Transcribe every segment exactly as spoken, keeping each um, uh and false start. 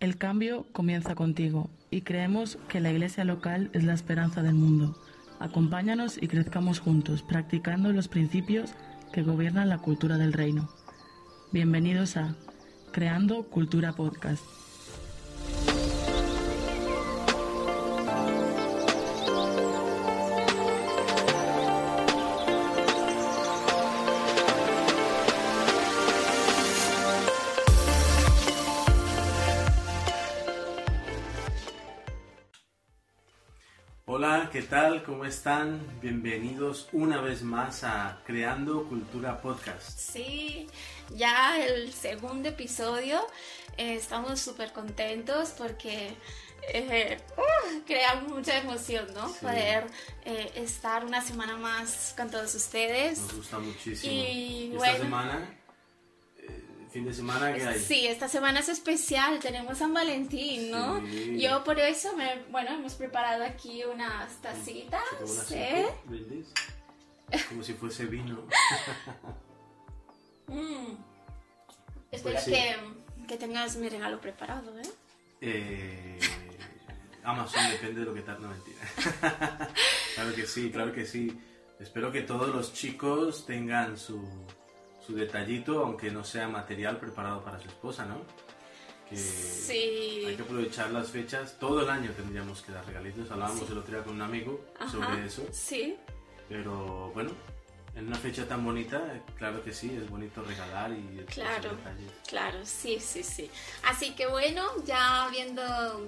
El cambio comienza contigo y creemos que la iglesia local es la esperanza del mundo. Acompáñanos y crezcamos juntos, practicando los principios que gobiernan la cultura del reino. Bienvenidos a Creando Cultura Podcast. Hola, ¿qué tal? ¿Cómo están? Bienvenidos una vez más a Creando Cultura Podcast. Sí, ya el segundo episodio. Eh, estamos súper contentos porque eh, uh, crea mucha emoción, ¿no? Sí. Poder eh, estar una semana más con todos ustedes. Nos gusta muchísimo. Y esta bueno, semana, eh, fin de semana, ¿qué hay? Sí, esta semana es especial, tenemos San Valentín, ¿no? Sí. Yo por eso, me, bueno, hemos preparado aquí unas tacitas, Como una ¿eh? sopa, brindis, como si fuese vino. Mm. Espero Pues sí. que, que tengas mi regalo preparado, ¿eh? Eh, Amazon, depende de lo que tal, no, mentira. Claro que sí, claro que sí. Espero que todos los chicos tengan su, su detallito, aunque no sea material preparado para su esposa, ¿no? Que Sí. hay que aprovechar las fechas. Todo el año tendríamos que dar regalitos. Hablábamos Sí. el otro día con un amigo Ajá, sobre eso. Sí. Pero bueno, en una fecha tan bonita, eh, claro que sí, es bonito regalar y esos Claro, detalles. claro, sí, sí, sí. Así que bueno, ya habiendo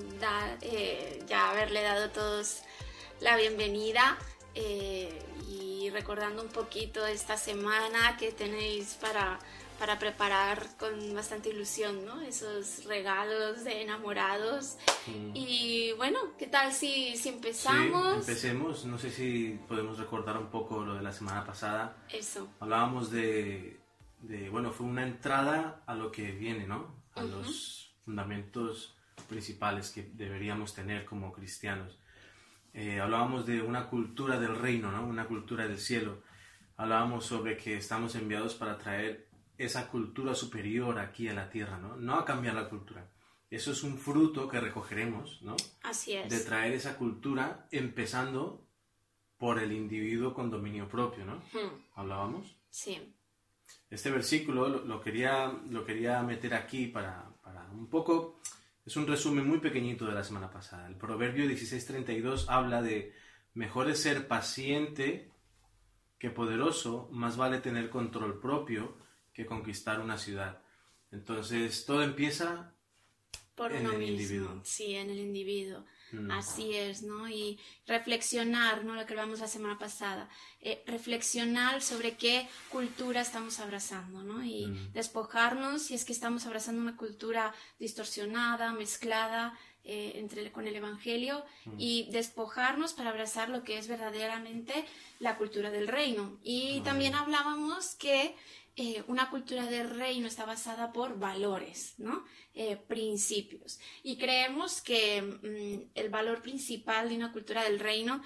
da- eh, ya haberle dado a todos la bienvenida eh, y recordando un poquito esta semana que tenéis para, para preparar con bastante ilusión, ¿no? Esos regalos de enamorados. Mm. Y bueno, ¿qué tal si, si empezamos? Sí, empecemos. No sé si podemos recordar un poco lo de la semana pasada. Eso. Hablábamos de, de, bueno, fue una entrada a lo que viene, ¿no? A Ujú. los fundamentos principales que deberíamos tener como cristianos. Eh, hablábamos de una cultura del reino, ¿no? Una cultura del cielo. Hablábamos sobre que estamos enviados para traer esa cultura superior aquí a la tierra, ¿no? No a cambiar la cultura. Eso es un fruto que recogeremos, ¿no? Así es. De traer esa cultura empezando por el individuo con dominio propio, ¿no? Ujú. Hablábamos. Sí. Este versículo lo, lo quería, lo quería meter aquí para, para un poco... Es un resumen muy pequeñito de la semana pasada. El Proverbio dieciséis treinta y dos habla de mejor es ser paciente que poderoso, más vale tener control propio que conquistar una ciudad. Entonces, todo empieza Por en uno el mismo, individuo. sí, en el individuo. Mm. Así es, ¿no? Y reflexionar, ¿no? Lo que hablamos la semana pasada, eh, reflexionar sobre qué cultura estamos abrazando, ¿no? Y Mm. despojarnos si es que estamos abrazando una cultura distorsionada, mezclada eh, entre, con el Evangelio, Mm. y despojarnos para abrazar lo que es verdaderamente la cultura del reino. Y Mm. también hablábamos que eh, una cultura del reino está basada por valores, ¿no? Eh, principios. Y creemos que mm, el valor principal de una cultura del reino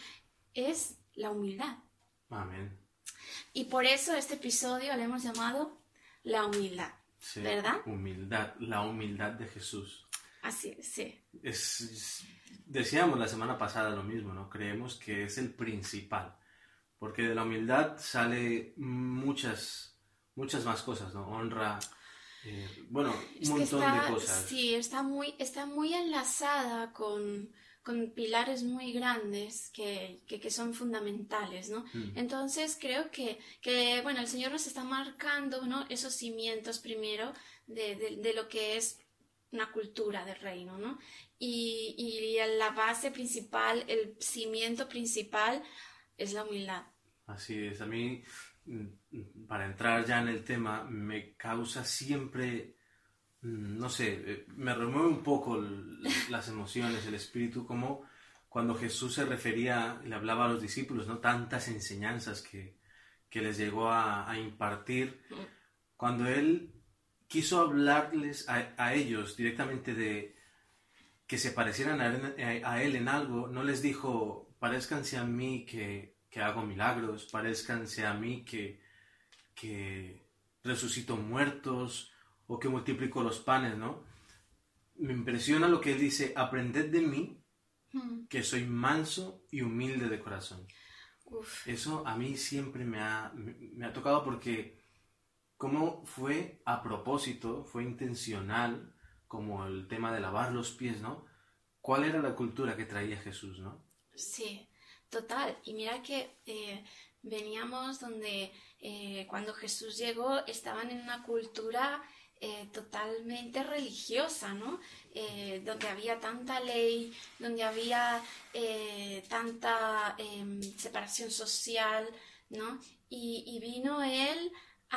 es la humildad. Amén. Y por eso este episodio lo hemos llamado la humildad, Sí. ¿verdad? Humildad, la humildad de Jesús. Así es, sí. Es, es- decíamos la semana pasada lo mismo, ¿no? Creemos que es el principal, porque de la humildad sale muchas, muchas más cosas, ¿no? Honra, eh, bueno, un Es que montón está, de cosas. sí, está muy, está muy enlazada con, con pilares muy grandes que, que, que son fundamentales, ¿no? Mm. Entonces creo que, que, bueno, el Señor nos está marcando, ¿no? Esos cimientos primero de, de, de lo que es una cultura del reino, ¿no? Y, y la base principal, el cimiento principal es la humildad. Así es, a mí, mm, para entrar ya en el tema, me causa siempre, mm, no sé, eh, me remueve un poco el- las emociones, el espíritu, como cuando Jesús se refería, le hablaba a los discípulos, ¿no? Tantas enseñanzas que, que les llegó a, a impartir, cuando Él quiso hablarles a, a ellos directamente de que se parecieran a él, a él en algo, no les dijo, parezcanse a mí que, que hago milagros, parezcanse a mí que, que resucito muertos o que multiplico los panes, ¿no? me impresiona lo que él dice, aprended de mí, Mm. que soy manso y humilde de corazón. Uf. Eso a mí siempre me ha, me, me ha tocado porque como fue a propósito, fue intencional, como el tema de lavar los pies, ¿no? ¿Cuál era la cultura que traía Jesús, no? Sí, total. Y mira que eh, veníamos donde eh, cuando Jesús llegó estaban en una cultura eh, totalmente religiosa, ¿no? Eh, donde había tanta ley, donde había eh, tanta eh, separación social, ¿no? Y, y vino Él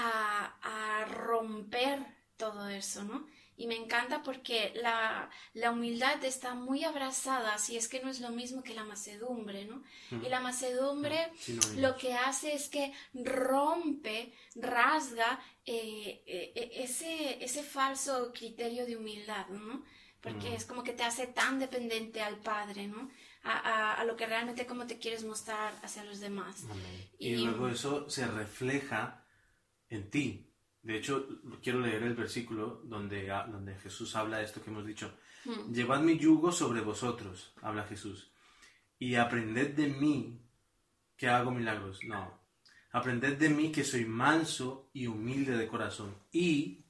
a, a romper todo eso, ¿no? Y me encanta porque la, la humildad está muy abrazada, si es que no es lo mismo que la mansedumbre, ¿no? Mm. Y la mansedumbre Mm, sinónimos. lo que hace es que rompe, rasga eh, eh, ese, ese falso criterio de humildad, ¿no? Porque Mm. es como que te hace tan dependiente al Padre, ¿no? A, a, a lo que realmente como te quieres mostrar hacia los demás. Amén. Y, Y- luego eso se refleja en ti. De hecho, quiero leer el versículo donde, ha- donde Jesús habla de esto que hemos dicho. Mm. Llevad mi yugo sobre vosotros, habla Jesús, y aprended de mí que hago milagros. No, aprended de mí que soy manso y humilde de corazón, y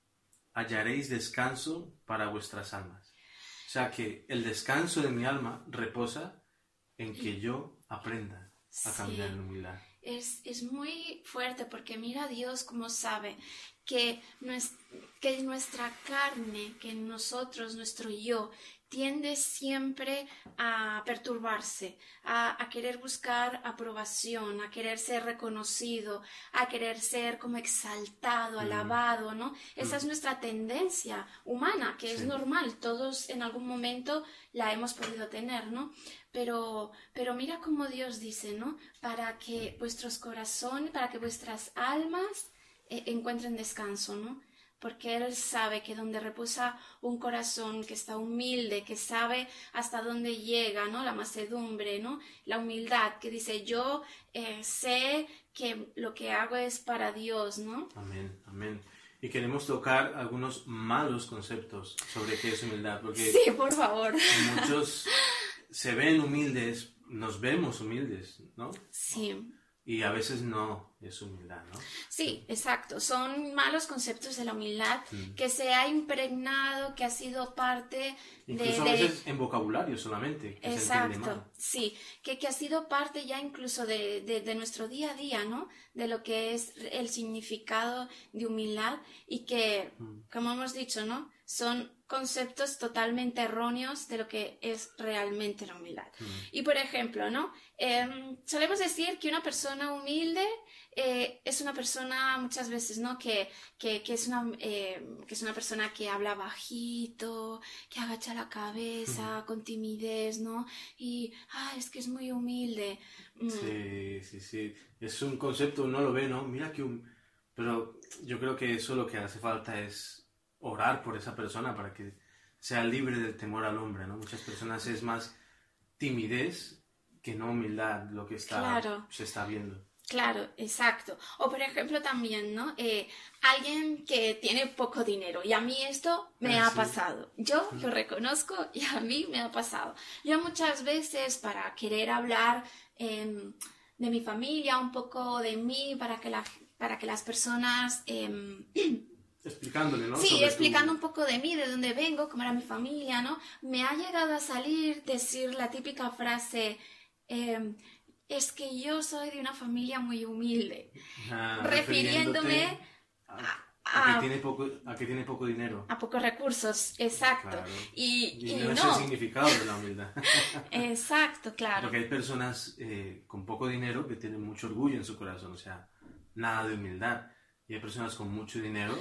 hallaréis descanso para vuestras almas. O sea que el descanso de mi alma reposa en que yo aprenda a Sí. caminar en humildad. Es, es muy fuerte porque mira a Dios como sabe que, nues- que nuestra carne, que nosotros, nuestro yo, tiende siempre a perturbarse, a, a querer buscar aprobación, a querer ser reconocido, a querer ser como exaltado, Mm. alabado, ¿no? Esa Mm. es nuestra tendencia humana, que es Sí. normal, todos en algún momento la hemos podido tener, ¿no? Pero, pero mira cómo Dios dice, ¿no? Para que vuestros corazones, para que vuestras almas eh, encuentren descanso, ¿no? Porque Él sabe que donde reposa un corazón que está humilde, que sabe hasta dónde llega, ¿no? La mansedumbre, ¿no? La humildad, que dice, yo eh, sé que lo que hago es para Dios, ¿no? Amén, amén. Y queremos tocar algunos malos conceptos sobre qué es humildad, porque Sí, por favor. muchos se ven humildes, nos vemos humildes, ¿no? Sí. Y a veces no es humildad, ¿no? Sí, exacto. Son malos conceptos de la humildad Mm. que se ha impregnado, que ha sido parte de... Incluso a de- veces en vocabulario solamente, que se entiende Exacto, mal. sí, que, que ha sido parte ya incluso de, de, de nuestro día a día, ¿no? De lo que es el significado de humildad y que, Mm. como hemos dicho, ¿no? Son conceptos totalmente erróneos de lo que es realmente la humildad. Mm. Y por ejemplo, ¿no? Em, solemos decir que una persona humilde eh, es una persona muchas veces, ¿no? Que, que, que, es una, eh, que es una persona que habla bajito, que agacha la cabeza con timidez, ¿no? Y, ah, es que es muy humilde. Mm, Sí, sí, sí. Es un concepto, uno lo ve, ¿no? Mira que un... Pero yo creo que eso lo que hace falta es orar por esa persona para que sea libre del temor al hombre, ¿no? Muchas personas es más timidez que no humildad lo que está, Claro. se está viendo. Claro, exacto. O por ejemplo también, ¿no? Eh, alguien que tiene poco dinero. Y a mí esto me Ah, ha sí. pasado. Yo lo reconozco y a mí me ha pasado. Yo muchas veces para querer hablar em, de mi familia, un poco de mí, para que, la, para que las personas... em, Explicándole, ¿no? Sí, Sobre explicando tu- un poco de mí, de dónde vengo, cómo era mi familia, ¿no? Me ha llegado a salir decir la típica frase, em, es que yo soy de una familia muy humilde, Ah, refiriéndome refiriéndote a, a- a que tiene poco, a que tiene poco dinero. a pocos recursos, exacto. Claro. Y, Y y no es no, el significado de la humildad. exacto, claro. Porque hay personas eh, con poco dinero que tienen mucho orgullo en su corazón, o sea, nada de humildad. Y hay personas con mucho dinero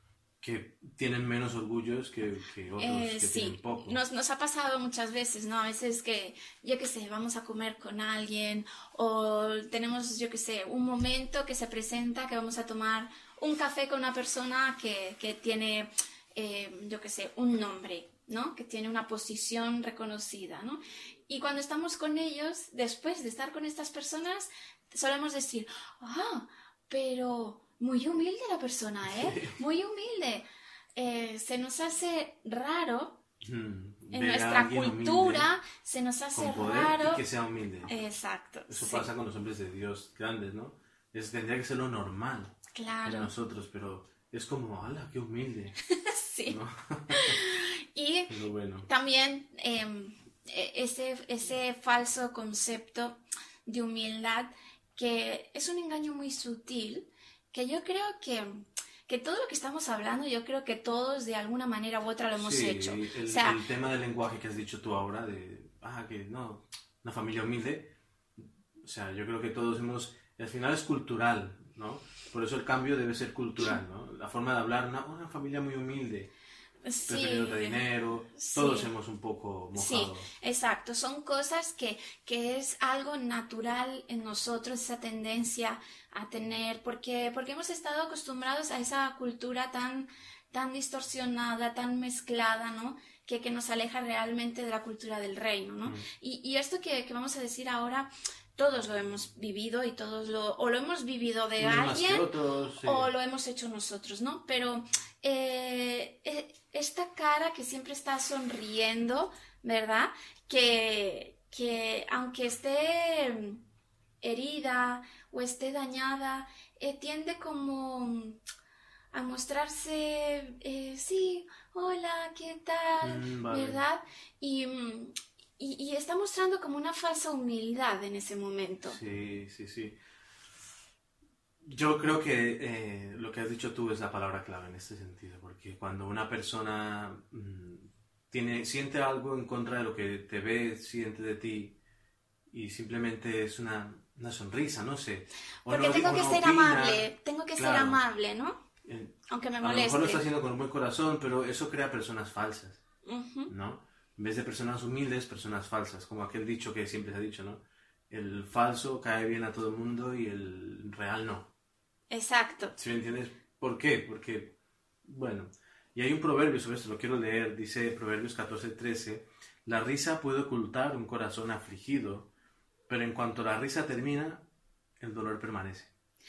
que tienen menos orgullos que, que otros Eh, que sí, tienen poco. nos, nos ha pasado muchas veces, ¿no? A veces que, yo qué sé, vamos a comer con alguien o tenemos, yo qué sé, un momento que se presenta que vamos a tomar un café con una persona que, que tiene, eh, yo qué sé, un nombre, ¿no? Que tiene una posición reconocida, ¿no? Y cuando estamos con ellos, después de estar con estas personas, solemos decir, ah, pero muy humilde la persona, ¿eh? Muy humilde. eh, se nos hace raro. Hmm, En nuestra cultura se nos hace con poder raro. Y que sea humilde. Exacto. Eso sí. pasa con los hombres de Dios grandes, ¿no? Es, tendría que ser lo normal Claro. en nosotros, pero es como, ¡hala, qué humilde! Sí. ¿No? Y Pero bueno. también eh, ese, ese falso concepto de humildad, que es un engaño muy sutil, que yo creo que, que todo lo que estamos hablando, yo creo que todos de alguna manera u otra lo hemos Sí, hecho. El, o sea, el tema del lenguaje que has dicho tú ahora, de, ah, que no, una familia humilde, o sea, yo creo que todos hemos, al final es cultural, ¿no? Por eso el cambio debe ser cultural, ¿no? La forma de hablar, una, una familia muy humilde, sí, preferido de dinero, sí. todos hemos un poco mojado. Sí, exacto. Son cosas que, que es algo natural en nosotros, esa tendencia a tener, porque, porque hemos estado acostumbrados a esa cultura tan, tan distorsionada, tan mezclada, ¿no? Que, que nos aleja realmente de la cultura del reino, ¿no? Mm. Y, y esto que, que vamos a decir ahora, todos lo hemos vivido y todos lo, o lo hemos vivido de Más alguien, que otros, sí. o lo hemos hecho nosotros, ¿no? Pero eh, eh, esta cara que siempre está sonriendo, ¿verdad? Que, que aunque esté herida o esté dañada, eh, tiende como a mostrarse, eh, sí, hola, ¿qué tal? Mm, vale. ¿Verdad? Y, y, y está mostrando como una falsa humildad en ese momento. Sí, sí, sí. Yo creo que eh, lo que has dicho tú es la palabra clave en este sentido, porque cuando una persona mmm, tiene, siente algo en contra de lo que te ve, siente de ti, y simplemente es una, una sonrisa, no sé. O porque no, tengo o que no ser opina, amable, tengo que claro. ser amable, ¿no? Eh, Aunque me a moleste. lo mejor lo está haciendo con un buen corazón, pero eso crea personas falsas, uh-huh. ¿no? En vez de personas humildes, personas falsas, como aquel dicho que siempre se ha dicho, ¿no? El falso cae bien a todo el mundo y el real no. Exacto. ¿Sí me entiendes? ¿Por qué? Porque, bueno, y hay un proverbio sobre esto, lo quiero leer, dice Proverbios catorce trece, la risa puede ocultar un corazón afligido, pero en cuanto la risa termina, el dolor permanece.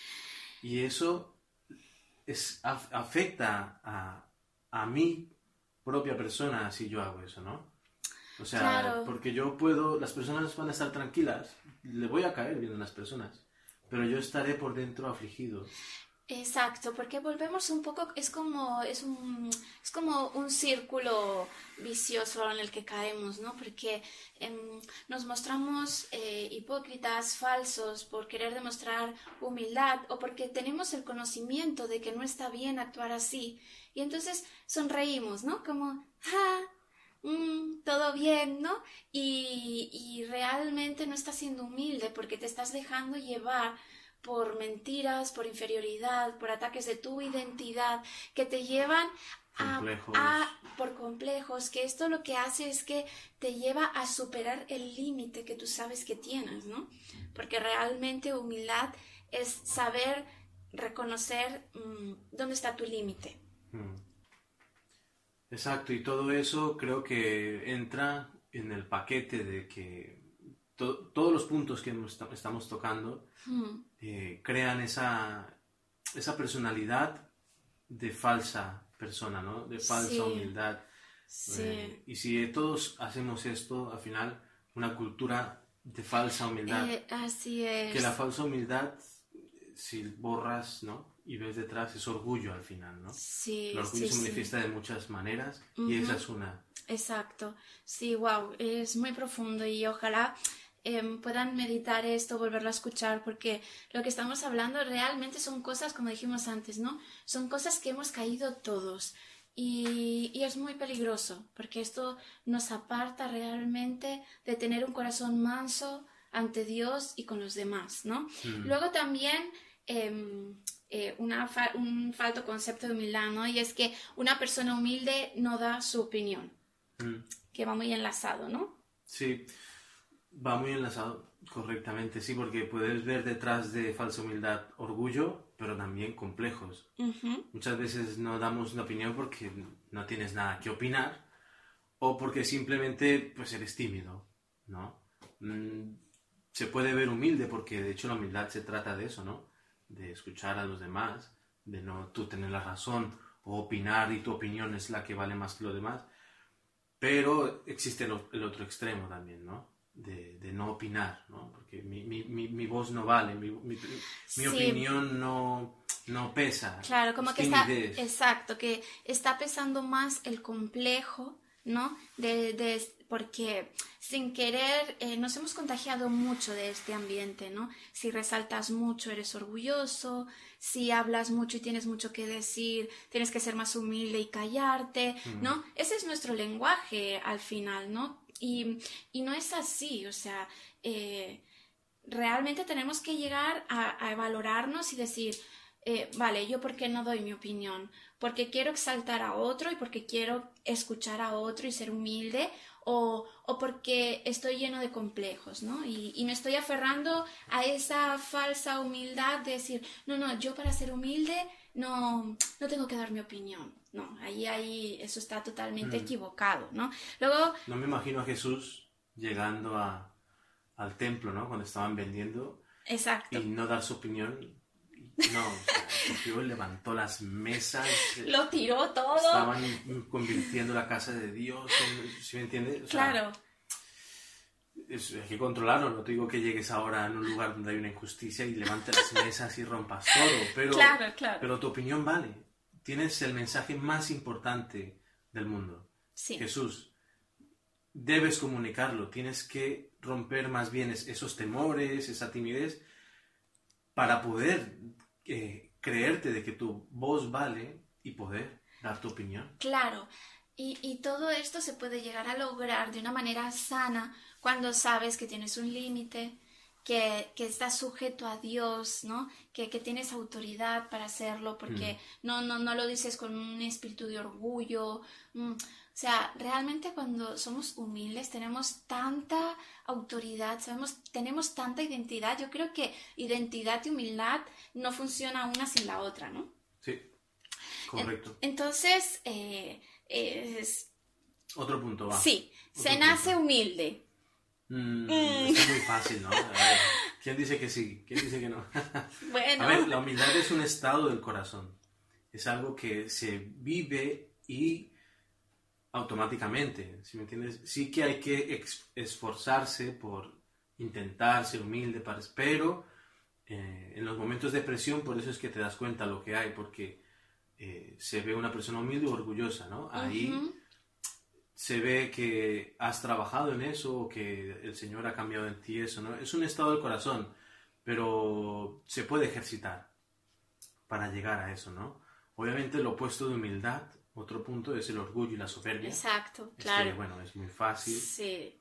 Y eso es, afecta a, a mi propia persona si yo hago eso, ¿no? O sea, claro. Porque yo puedo, las personas van a estar tranquilas, le voy a caer bien a las personas, pero yo estaré por dentro afligido. Exacto, porque volvemos un poco, es como, es un, es como un círculo vicioso en el que caemos, ¿no? Porque eh, nos mostramos eh, hipócritas, falsos, por querer demostrar humildad o porque tenemos el conocimiento de que no está bien actuar así. Y entonces sonreímos, ¿no? Como, ¡ja! Mm, todo bien, ¿no? Y, y realmente no estás siendo humilde porque te estás dejando llevar por mentiras, por inferioridad, por ataques de tu identidad que te llevan a, a por complejos, que esto lo que hace es que te lleva a superar el límite que tú sabes que tienes, ¿no? Porque realmente humildad es saber reconocer mmm, dónde está tu límite. Hmm. Exacto, y todo eso creo que entra en el paquete de que to- todos los puntos que nos estamos tocando hmm. eh, crean esa, esa personalidad de falsa persona, ¿no? De falsa sí. humildad. Sí. Eh, y si todos hacemos esto, al final, una cultura de falsa humildad. Eh, así es. Que la falsa humildad, si borras, ¿no? Y ves detrás, es orgullo al final, ¿no? Sí, el orgullo sí, se manifiesta sí. de muchas maneras Uh-huh. y esa es una. Exacto. Sí, wow, es muy profundo y ojalá eh, puedan meditar esto, volverlo a escuchar, porque lo que estamos hablando realmente son cosas, como dijimos antes, ¿no? Son cosas que hemos caído todos y, y es muy peligroso, porque esto nos aparta realmente de tener un corazón manso ante Dios y con los demás, ¿no? Mm. Luego también... Eh, Eh, una fa- un falso concepto de humildad, ¿no? Y es que una persona humilde no da su opinión, Mm. que va muy enlazado, ¿no? Sí, va muy enlazado correctamente, sí, porque puedes ver detrás de falsa humildad orgullo, pero también complejos. Uh-huh. Muchas veces no damos una opinión porque no tienes nada que opinar o porque simplemente pues eres tímido, ¿no? Mm, se puede ver humilde porque de hecho la humildad se trata de eso, ¿no? De escuchar a los demás, de no tú tener la razón o opinar y tu opinión es la que vale más que lo demás. Pero existe el, el otro extremo también, ¿no? De, de no opinar, ¿no? Porque mi, mi, mi, mi voz no vale, mi, mi, mi Sí. opinión no, no pesa. Claro, como es que está, timidez. exacto, que está pesando más el complejo, ¿no? De, de, porque sin querer eh, nos hemos contagiado mucho de este ambiente, ¿no? Si resaltas mucho eres orgulloso, si hablas mucho y tienes mucho que decir, tienes que ser más humilde y callarte, ¿no? Mm. Ese es nuestro lenguaje al final, ¿no? Y, y no es así, o sea, eh, realmente tenemos que llegar a, a valorarnos y decir, eh, vale, ¿yo por qué no doy mi opinión? Porque quiero exaltar a otro y porque quiero escuchar a otro y ser humilde, o, o porque estoy lleno de complejos, ¿no? Y, y me estoy aferrando a esa falsa humildad de decir, no, no, yo para ser humilde no, no tengo que dar mi opinión. No, ahí, ahí eso está totalmente mm. equivocado, ¿no? Luego... No me imagino a Jesús llegando a, al templo, ¿no? Cuando estaban vendiendo. Exacto. Y no dar su opinión. No, o sea, cogió, levantó las mesas. Lo tiró todo. Estaban convirtiendo la casa de Dios, ¿sí me entiendes? O sea, claro. Es, hay que controlarlo, no te digo que llegues ahora en un lugar donde hay una injusticia y levantes las mesas y rompas todo, pero, claro, claro. pero tu opinión vale. Tienes el mensaje más importante del mundo. Sí. Jesús, debes comunicarlo, tienes que romper más bien esos temores, esa timidez, para poder eh, creerte de que tu voz vale y poder dar tu opinión. Claro, y, y todo esto se puede llegar a lograr de una manera sana cuando sabes que tienes un límite, que, que estás sujeto a Dios, ¿no? Que, que tienes autoridad para hacerlo, porque mm. no, no, no lo dices con un espíritu de orgullo. Mm. O sea, realmente cuando somos humildes tenemos tanta autoridad, sabemos, tenemos tanta identidad. Yo creo que identidad y humildad no funciona una sin la otra, ¿no? Sí, correcto. Entonces, eh, es... Otro punto, va. Sí, Otro se nace punto. humilde. Mm, mm. Es muy fácil, ¿no? A ver, ¿quién dice que sí? ¿Quién dice que no? Bueno. A ver, la humildad es un estado del corazón. Es algo que se vive y automáticamente, ¿sí me entiendes? Sí que hay que ex- esforzarse por intentar ser humilde, pero eh, en los momentos de presión, por eso es que te das cuenta lo que hay, porque eh, se ve una persona humilde o orgullosa, ¿no? Ahí uh-huh. se ve que has trabajado en eso, o que el Señor ha cambiado en ti eso, ¿no? Es un estado del corazón, pero se puede ejercitar para llegar a eso, ¿no? Obviamente lo opuesto de humildad, otro punto, es el orgullo y la soberbia. Exacto, es claro. Que, bueno, es muy fácil. Sí.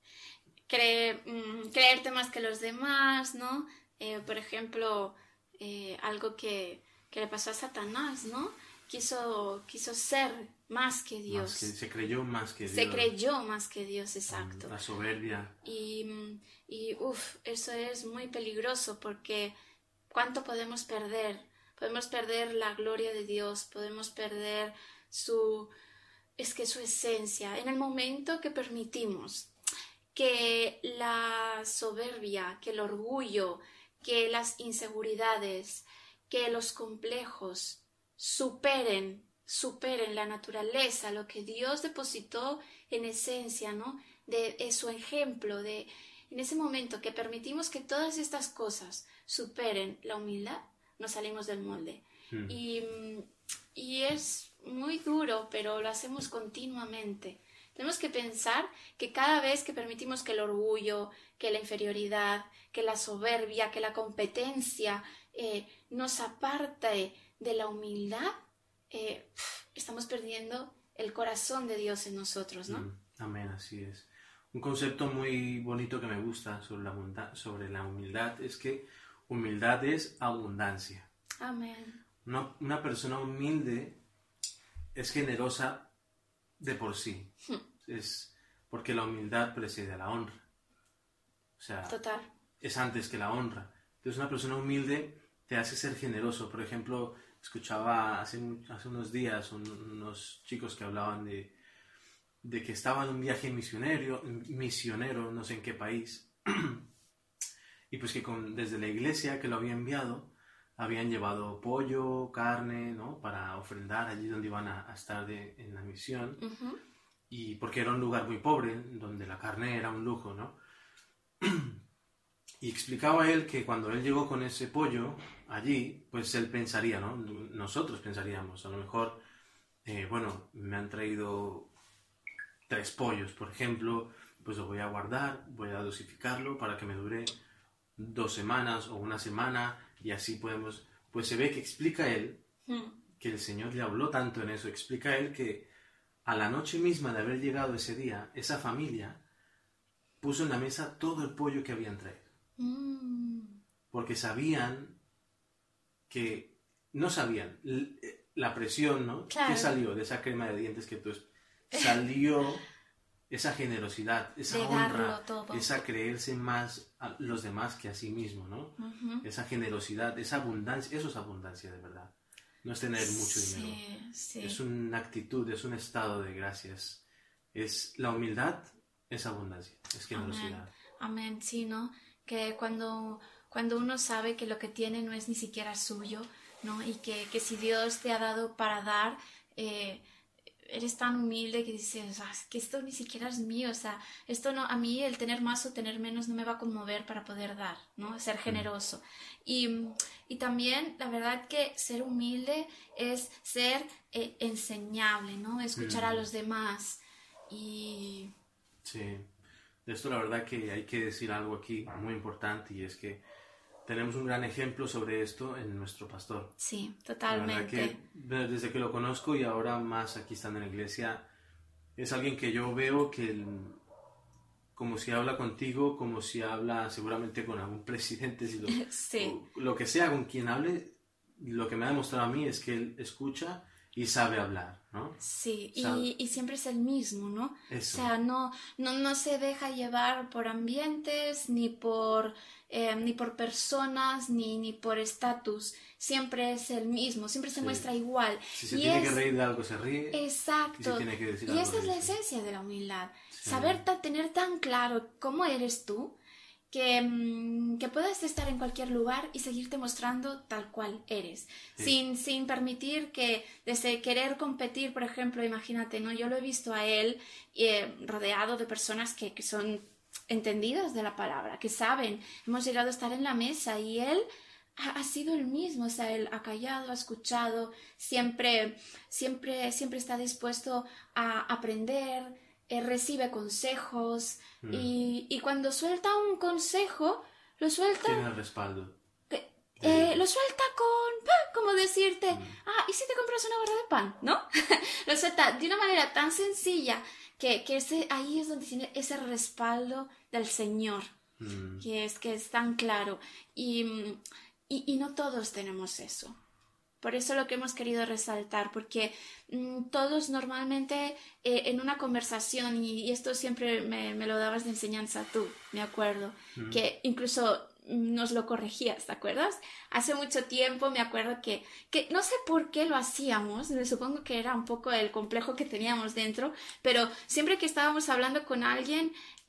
Cre- mm, creerte más que los demás, ¿no? Eh, por ejemplo, eh, algo que, que le pasó a Satanás, ¿no? Quiso, quiso ser más que Dios. Más que, se creyó más que Dios. Se creyó más que Dios, exacto. La soberbia. Y, y uff, eso es muy peligroso porque ¿cuánto podemos perder? Podemos perder la gloria de Dios, podemos perder su, es que su esencia, en el momento que permitimos que la soberbia, que el orgullo, que las inseguridades, que los complejos superen, superen la naturaleza, lo que Dios depositó en esencia, ¿no? De, de su ejemplo, de en ese momento que permitimos que todas estas cosas superen la humildad, nos salimos del molde. Mm. Y, y es muy duro, pero lo hacemos continuamente. Tenemos que pensar que cada vez que permitimos que el orgullo, que la inferioridad, que la soberbia, que la competencia eh, nos aparte de la humildad, eh, estamos perdiendo el corazón de Dios en nosotros, ¿no? Mm, amén, así es. Un concepto muy bonito que me gusta sobre la, humildad, sobre la humildad es que humildad es abundancia. Amén. Una, una persona humilde es generosa de por sí. Hmm. Es porque la humildad precede a la honra. O sea, total. Es antes que la honra. Entonces una persona humilde te hace ser generoso. Por ejemplo, escuchaba hace, hace unos días un, unos chicos que hablaban de, de que estaban en un viaje misionero, misionero, no sé en qué país, y pues que con, desde la iglesia que lo había enviado, habían llevado pollo, carne, ¿no? Para ofrendar allí donde iban a, a estar de, en la misión. Ujú. Y porque era un lugar muy pobre, donde la carne era un lujo, ¿no? Y explicaba él que cuando él llegó con ese pollo allí, pues él pensaría, ¿no? Nosotros pensaríamos, a lo mejor, eh, bueno, me han traído tres pollos, por ejemplo, pues lo voy a guardar, voy a dosificarlo para que me dure dos semanas o una semana y así podemos... Pues se ve que explica él, Mm. que el Señor le habló tanto en eso, explica él que a la noche misma de haber llegado ese día, esa familia puso en la mesa todo el pollo que habían traído. Mm. Porque sabían que... No sabían. l- La presión, ¿no? Claro. ¿Qué salió de esa crema de dientes que tú... es- Salió esa generosidad, esa De honra, darlo todo. esa creerse más a los demás que a sí mismo, ¿no? Ujú. Esa generosidad, esa abundancia, eso es abundancia de verdad. No es tener mucho dinero. Sí, sí. Es una actitud, es un estado de gracias. Es la humildad, es abundancia, es generosidad. Amén, sí, ¿no? Que cuando, cuando uno sabe que lo que tiene no es ni siquiera suyo, ¿no? Y que, que si Dios te ha dado para dar, eh, eres tan humilde que dices, "Ah, es que esto ni siquiera es mío, o sea, esto no, a mí el tener más o tener menos no me va a conmover para poder dar, ¿no? Ser generoso. Y, y también, la verdad que ser humilde es ser eh, enseñable, ¿no? Escuchar Mm. a los demás y... Sí. De esto la verdad que hay que decir algo aquí muy importante y es que tenemos un gran ejemplo sobre esto en nuestro pastor. Sí, La verdad totalmente. que desde que lo conozco y ahora más aquí estando en la iglesia, es alguien que yo veo que el- como si habla contigo, como si habla seguramente con algún presidente, si lo, Sí. o lo que sea con quien hable, lo que me ha demostrado a mí es que él escucha y sabe hablar, ¿no? Sí, Sabe. y, y siempre es el mismo, ¿no? Eso. O sea, no, no, no se deja llevar por ambientes, ni por, eh, ni por personas, ni, ni por estatus. Siempre es el mismo, siempre se Sí. muestra igual. Si se y tiene es... que reír de algo, se ríe. Exacto. Y se tiene que decir Y algo, esa es la dice. esencia de la humildad. Sí. Saber ta- tener tan claro cómo eres tú, que, mm, que puedas estar en cualquier lugar y seguirte mostrando tal cual eres, Sí. sin, sin permitir que desde querer competir, por ejemplo, imagínate, ¿no? Yo lo he visto a él eh, rodeado de personas que, que son entendidas de la palabra, que saben, hemos llegado a estar en la mesa y él ha, ha sido el mismo, o sea, él ha callado, ha escuchado, siempre, siempre, siempre está dispuesto a aprender, eh, recibe consejos Mm. y, y cuando suelta un consejo, lo suelta, Tiene el respaldo. que- eh, lo suelta con, ¡pah! Como decirte, Mm. ah, ¿y si te compras una barra de pan? ¿No? Lo suelta de una manera tan sencilla que, que ese, ahí es donde tiene ese respaldo del Señor, Mm. que es, que es tan claro. Y, mm, y, y no todos tenemos eso. Por eso lo que hemos querido resaltar, porque mm, todos normalmente eh, en una conversación, y, y esto siempre me, me lo dabas de enseñanza tú, me acuerdo, Mm. que incluso mm, nos lo corregías, ¿te acuerdas? Hace mucho tiempo me acuerdo que, que no sé por qué lo hacíamos, me supongo que era un poco el complejo que teníamos dentro, pero siempre que estábamos hablando con alguien,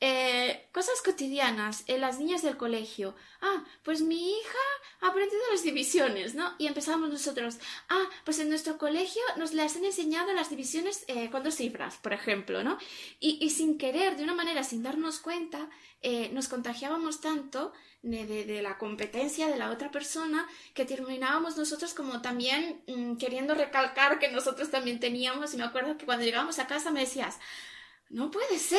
eh, cosas cotidianas, eh, las niñas del colegio, ah, pues mi hija ha aprendido las divisiones, ¿no? Y empezamos nosotros, ah, pues en nuestro colegio nos las han enseñado las divisiones eh, con dos cifras, por ejemplo, ¿no? Y, y sin querer, de una manera, sin darnos cuenta, eh, nos contagiábamos tanto de, de, de la competencia de la otra persona que terminábamos nosotros como también mmm, queriendo recalcar que nosotros también teníamos. Y me acuerdo que cuando llegábamos a casa me decías, no puede ser,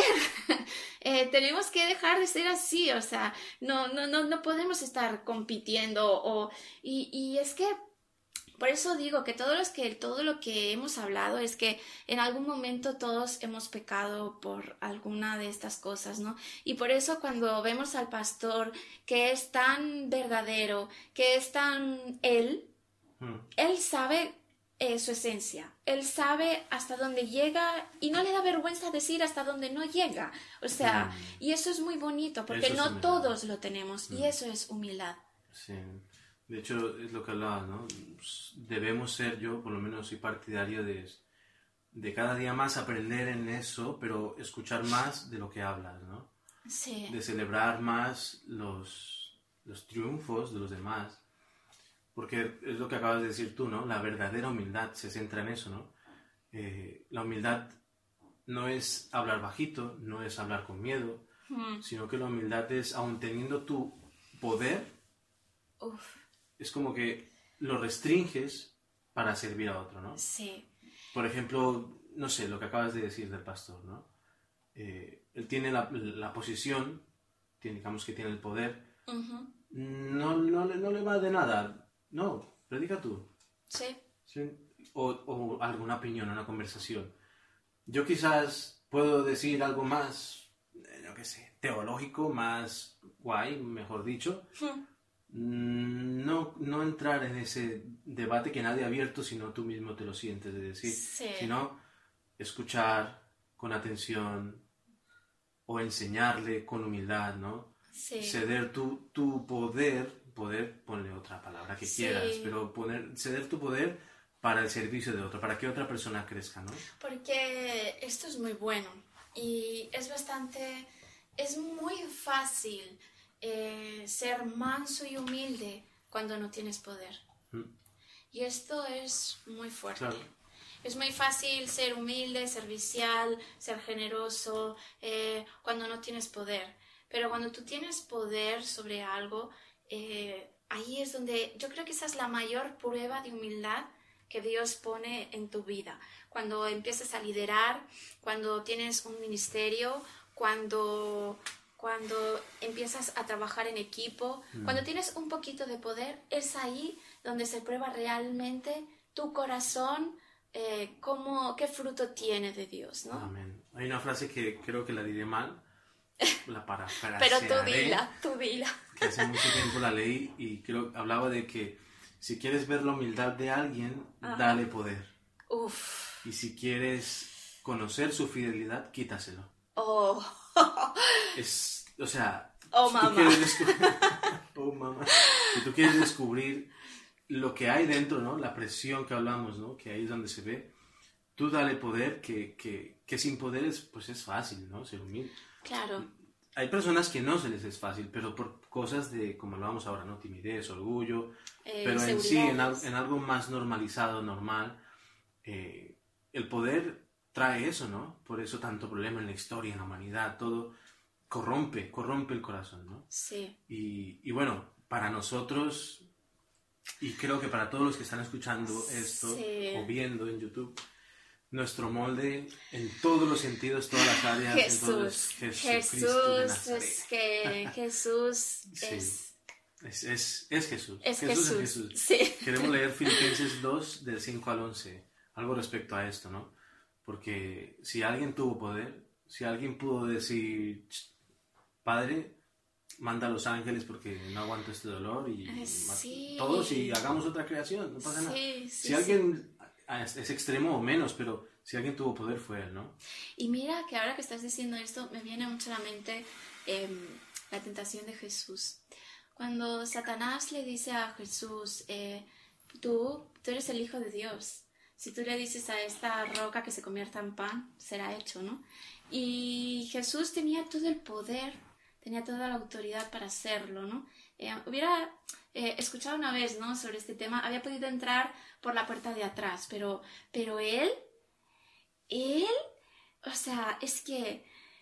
eh, tenemos que dejar de ser así, o sea, no, no, no, no podemos estar compitiendo o, y, y es que por eso digo que todos los que todo lo que hemos hablado es que en algún momento todos hemos pecado por alguna de estas cosas, ¿no? Y por eso cuando vemos al pastor que es tan verdadero, que es tan él, Mm. él sabe eh, su esencia, él sabe hasta dónde llega y no le da vergüenza decir hasta dónde no llega, o sea, Mm. y eso es muy bonito porque Eso es no humildad. todos lo tenemos y Mm. eso es humildad. Sí. De hecho, es lo que hablaba, ¿no? Debemos ser, yo por lo menos soy partidario de, de cada día más aprender en eso, pero escuchar más de lo que hablas, ¿no? Sí. De celebrar más los, los triunfos de los demás. porque es lo que acabas de decir tú, ¿no? La verdadera humildad se centra en eso, ¿no? Eh, la humildad no es hablar bajito, no es hablar con miedo, mm. sino que la humildad es, aun teniendo tu poder, Uf. es como que lo restringes para servir a otro, ¿no? Sí. Por ejemplo, no sé, lo que acabas de decir del pastor, ¿no? Eh, él tiene la, la posición, tiene, digamos que tiene el poder, uh-huh. no, no, no le va de nada, no, predica tú. Sí. ¿Sí? O, o alguna opinión, una conversación. Yo quizás puedo decir algo más, yo qué sé, teológico, más guay, mejor dicho. Hmm. No, no entrar en ese debate que nadie ha abierto, sino tú mismo te lo sientes de decir. Sí. Sino escuchar con atención o enseñarle con humildad, ¿no? Sí. Ceder tu, tu poder, poder, ponle otra palabra que sí. quieras, pero poner, ceder tu poder para el servicio de otro, para que otra persona crezca, ¿no? Porque esto es muy bueno y es bastante, es muy fácil eh, ser manso y humilde cuando no tienes poder. ¿Mm? Y esto es muy fuerte. Claro. Es muy fácil ser humilde, servicial, ser generoso eh, cuando no tienes poder. Pero cuando tú tienes poder sobre algo, eh, ahí es donde yo creo que esa es la mayor prueba de humildad que Dios pone en tu vida. Cuando empiezas a liderar, cuando tienes un ministerio, cuando, cuando empiezas a trabajar en equipo, mm. cuando tienes un poquito de poder, es ahí donde se prueba realmente tu corazón, eh, cómo, qué fruto tiene de Dios, ¿no? Amén. Hay una frase que creo que la diré mal, la parafrasearé. Pero tú dila, tú dila. Que hace mucho tiempo la leí y creo que hablaba de que si quieres ver la humildad de alguien, ajá, dale poder. Uf. Y si quieres conocer su fidelidad, quítaselo. Oh. Es, o sea, oh, si mamá. Tú quieres descubrir, oh, mamá. Si tú quieres descubrir lo que hay dentro, ¿no? La presión que hablamos, ¿no? Que ahí es donde se ve. Tú dale poder, que, que, que sin poder es, pues es fácil, ¿no? Ser humilde. Claro. Hay personas que no se les es fácil, pero por cosas de, como hablábamos ahora, ¿no? Timidez, orgullo, eh, pero en sí, en, al, en algo más normalizado, normal, eh, el poder trae eso, ¿no? Por eso tanto problema en la historia, en la humanidad, todo corrompe, corrompe el corazón, ¿no? Sí. Y, y bueno, para nosotros, y creo que para todos los que están escuchando esto, sí, o viendo en YouTube, nuestro molde en todos los sentidos, todas las áreas. Jesús, entonces, Jesús, es que Jesús sí, es... Es, es, es Jesús. Es Jesús, Jesús, es Jesús. Sí. Queremos leer Filipenses dos, del cinco al once, algo respecto a esto, ¿no? Porque si alguien tuvo poder, si alguien pudo decir, Padre, manda a los ángeles porque no aguanto este dolor y sí, todos y hagamos otra creación, no pasa sí, nada. Sí, si sí. alguien... es extremo o menos, pero si alguien tuvo poder fue él, ¿no? Y mira que ahora que estás diciendo esto, me viene mucho a la mente eh, la tentación de Jesús. Cuando Satanás le dice a Jesús, eh, tú, tú eres el Hijo de Dios. Si tú le dices a esta roca que se convierta en pan, será hecho, ¿no? Y Jesús tenía todo el poder, tenía toda la autoridad para hacerlo, ¿no? Eh, hubiera... Eh, escuchado una vez, ¿no?, sobre este tema, había podido entrar por la puerta de atrás, pero, pero él, él, o sea, es que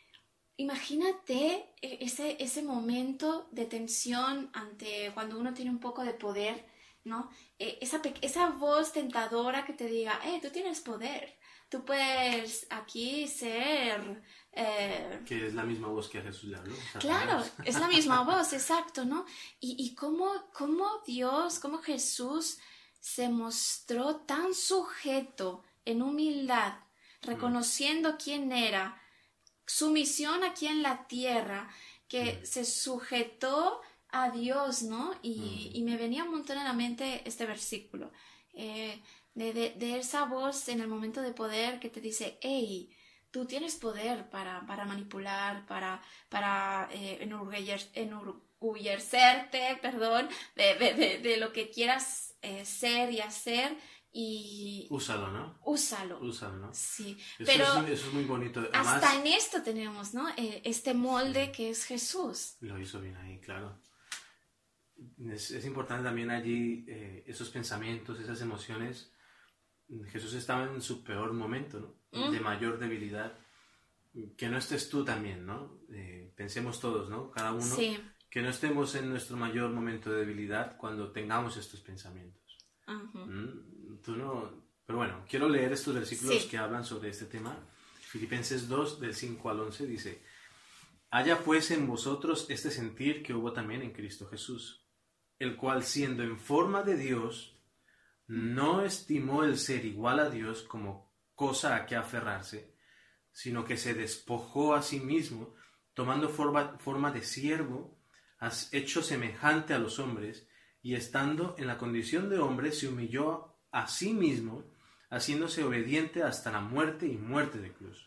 imagínate ese, ese momento de tensión ante cuando uno tiene un poco de poder, ¿no? Eh, esa, esa voz tentadora que te diga, eh, tú tienes poder, tú puedes aquí ser... Eh, que es la misma voz que a Jesús le habló. Claro, es la misma voz, exacto, ¿no? Y, y cómo, cómo Dios, cómo Jesús se mostró tan sujeto en humildad, reconociendo mm. quién era, su misión aquí en la tierra, que mm. se sujetó a Dios, ¿no? Y, mm. y me venía un montón a la mente este versículo, eh, de, de, de esa voz en el momento de poder que te dice, hey, tú tienes poder para, para manipular, para, para eh, enorguller, enorgullecerte, perdón, de, de, de, de lo que quieras eh, ser y hacer y... Úsalo, ¿no? Úsalo. Úsalo, ¿no? Sí, eso pero es, eso es muy bonito. Además, hasta en esto tenemos, ¿no? Eh, este molde sí. que es Jesús. Lo hizo bien ahí, claro. es, es importante también allí eh, esos pensamientos, esas emociones. Jesús estaba en su peor momento, ¿no? Mm. De mayor debilidad. Que no estés tú también, ¿no? Eh, pensemos todos, ¿no? Cada uno. Sí. Que no estemos en nuestro mayor momento de debilidad cuando tengamos estos pensamientos. Uh-huh. ¿Mm? Tú no... Pero bueno, quiero leer estos versículos sí. que hablan sobre este tema. Filipenses dos, del cinco al once, dice: Haya pues en vosotros este sentir que hubo también en Cristo Jesús, el cual, siendo en forma de Dios, no estimó el ser igual a Dios como cosa a que aferrarse, sino que se despojó a sí mismo, tomando forma, forma de siervo, hecho semejante a los hombres, y estando en la condición de hombre, se humilló a sí mismo, haciéndose obediente hasta la muerte y muerte de cruz.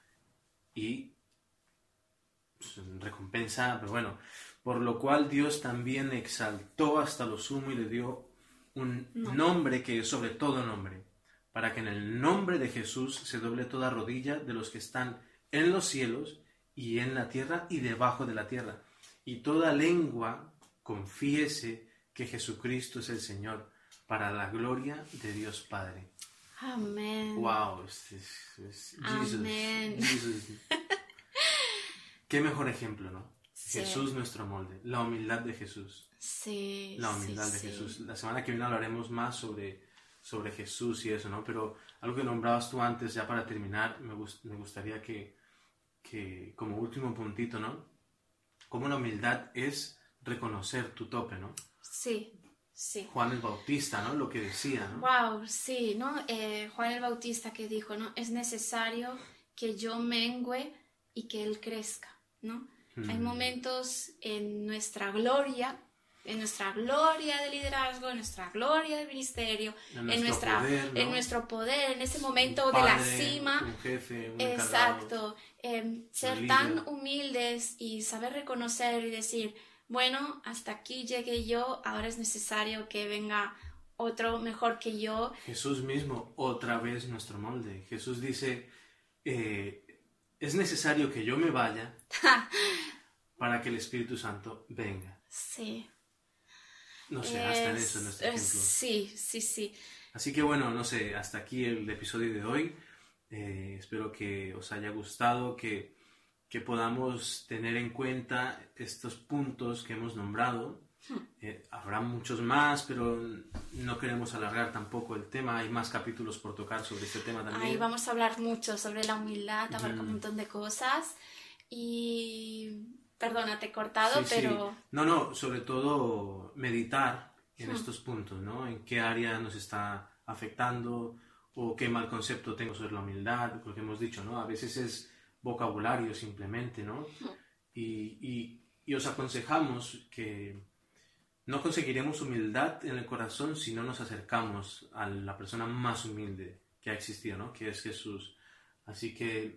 Y pues, recompensa, pero bueno, por lo cual Dios también exaltó hasta lo sumo y le dio un no. nombre que es sobre todo nombre, para que en el nombre de Jesús se doble toda rodilla de los que están en los cielos y en la tierra y debajo de la tierra, y toda lengua confiese que Jesucristo es el Señor, para la gloria de Dios Padre. Amén. Wow, es, es, es Jesus, Amén. Jesus. Qué mejor ejemplo, ¿no? Sí. Jesús nuestro molde, la humildad de Jesús. Sí. La humildad sí, de sí. Jesús. La semana que viene hablaremos más sobre, sobre Jesús y eso, ¿no? Pero algo que nombrabas tú antes, ya para terminar, me, gust- me gustaría que, que, como último puntito, ¿no? Como la humildad es reconocer tu tope, ¿no? Sí. Sí. Juan el Bautista, ¿no? Lo que decía, ¿no? Wow, sí, ¿no? Eh, Juan el Bautista que dijo, ¿no? Es necesario que yo mengüe y que él crezca, ¿no? Mm. Hay momentos en nuestra gloria, en nuestra gloria de liderazgo, en nuestra gloria de ministerio, en, en, nuestra, poder, ¿no? en nuestro poder, en ese momento un padre, de la cima. Un jefe, un Exacto. Eh, ser tan humildes y saber reconocer y decir, bueno, hasta aquí llegué yo, ahora es necesario que venga otro mejor que yo. Jesús mismo, otra vez nuestro molde. Jesús dice, eh, es necesario que yo me vaya para que el Espíritu Santo venga. Sí. No sé, hasta en eso, en este ejemplo. Sí, sí, sí. Así que bueno, no sé, hasta aquí el episodio de hoy. Eh, espero que os haya gustado, que... que podamos tener en cuenta estos puntos que hemos nombrado. Hmm. Eh, habrá muchos más, pero no queremos alargar tampoco el tema. Hay más capítulos por tocar sobre este tema también. Ahí vamos a hablar mucho sobre la humildad, abarca mm. un montón de cosas. Y... Perdona, te he cortado, sí, pero... Sí. No, no, sobre todo meditar en hmm. estos puntos, ¿no? En qué área nos está afectando o qué mal concepto tengo sobre la humildad, lo que hemos dicho, ¿no? A veces es vocabulario simplemente, ¿no? Y, y, y os aconsejamos que no conseguiremos humildad en el corazón si no nos acercamos a la persona más humilde que ha existido, ¿no? Que es Jesús. Así que,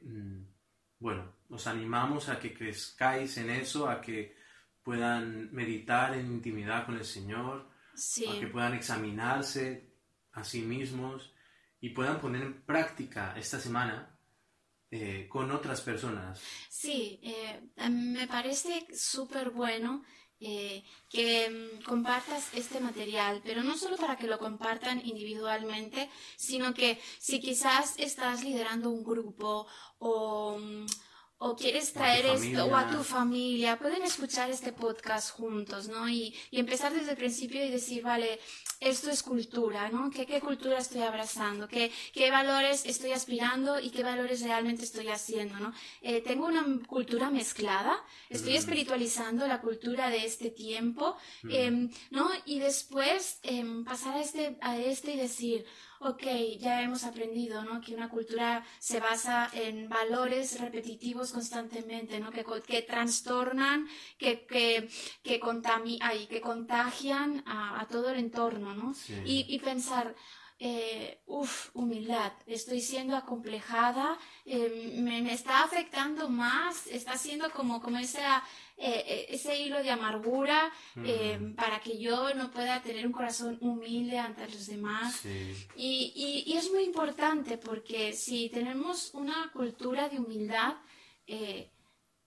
bueno, os animamos a que crezcáis en eso, a que puedan meditar en intimidad con el Señor, sí. a que puedan examinarse a sí mismos y puedan poner en práctica esta semana Eh, con otras personas. Sí, eh, me parece súper bueno eh, que um, compartas este material, pero no solo para que lo compartan individualmente, sino que si quizás estás liderando un grupo o... Um, o quieres traer o esto o a tu familia, pueden escuchar este podcast juntos, ¿no? Y, y empezar desde el principio y decir, vale, esto es cultura, ¿no? ¿Qué, qué cultura estoy abrazando? ¿Qué, qué valores estoy aspirando y qué valores realmente estoy haciendo, ¿no? Eh, tengo una cultura mezclada, estoy mm. espiritualizando la cultura de este tiempo, mm. eh, ¿no? Y después eh, pasar a este, a este y decir, ok, ya hemos aprendido, ¿no? Que una cultura se basa en valores repetitivos constantemente, ¿no? Que, que trastornan, que, que, que, contami- ay, que contagian a, a todo el entorno, ¿no? Sí. Y, y pensar, eh, uff, humildad, estoy siendo acomplejada, eh, me, me está afectando más, está siendo como, como esa... Eh, ese hilo de amargura eh, mm. para que yo no pueda tener un corazón humilde ante los demás. Sí. Y, y, y es muy importante porque si tenemos una cultura de humildad, eh,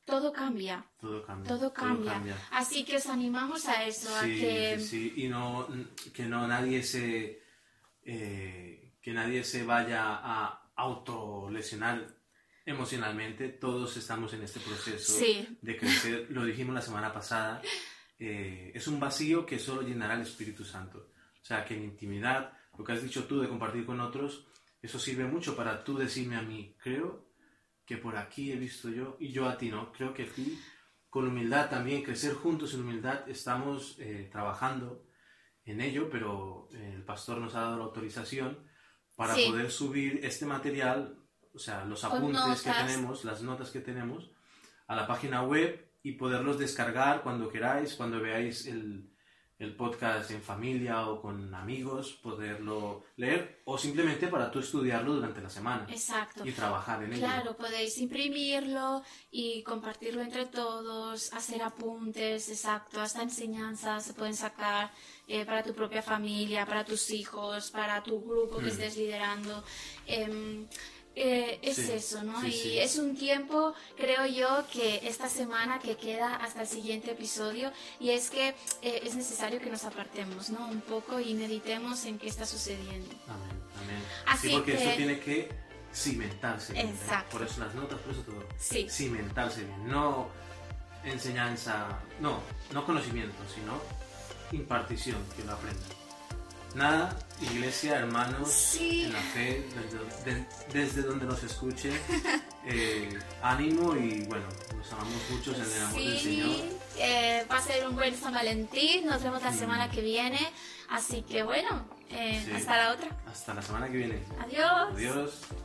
todo cambia. Todo cambia. Todo cambia. Todo cambia. Así que os animamos a eso, Sí, a que... sí, sí. Y no, que no nadie se... Eh, que nadie se vaya a autolesionar emocionalmente. Todos estamos en este proceso Sí. de crecer. Lo dijimos la semana pasada. Eh, es un vacío que solo llenará el Espíritu Santo. O sea, que en intimidad, lo que has dicho tú de compartir con otros, eso sirve mucho para tú decirme a mí, creo que por aquí he visto yo, y yo a ti, ¿no? Creo que aquí, con humildad también, crecer juntos en humildad, estamos eh, trabajando en ello, pero eh, el pastor nos ha dado la autorización para Sí. poder subir este material, o sea, los Con apuntes que notas. tenemos, las notas que tenemos, a la página web y poderlos descargar cuando queráis, cuando veáis el, el podcast en familia o con amigos, poderlo leer, o simplemente para tú estudiarlo durante la semana Exacto. y trabajar en ello. Claro, podéis imprimirlo y compartirlo entre todos, hacer apuntes, exacto, hasta enseñanzas se pueden sacar eh, para tu propia familia, para tus hijos, para tu grupo que Mm. estés liderando. Em, eh, es Sí, eso, ¿no? sí, y sí. es un tiempo, creo yo, que esta semana que queda hasta el siguiente episodio, y es que eh, es necesario que nos apartemos, ¿no? Un poco y meditemos en qué está sucediendo. Amén, amén. Así sí, porque que- esto tiene que cimentarse bien, ¿eh? Exacto. Por eso las notas, por eso todo. Sí. Cimentarse bien, no enseñanza, no, no conocimiento, sino impartición, que lo aprendan. Nada, iglesia, hermanos, Sí. en la fe, desde, de- desde donde nos escuche, eh, ánimo y bueno, nos amamos mucho en el amor del Señor. Sí, eh, va a ser un buen San Valentín, nos vemos la Mm. semana que viene, así que bueno, eh, Sí. hasta la otra. Hasta la semana que viene. Adiós. Adiós.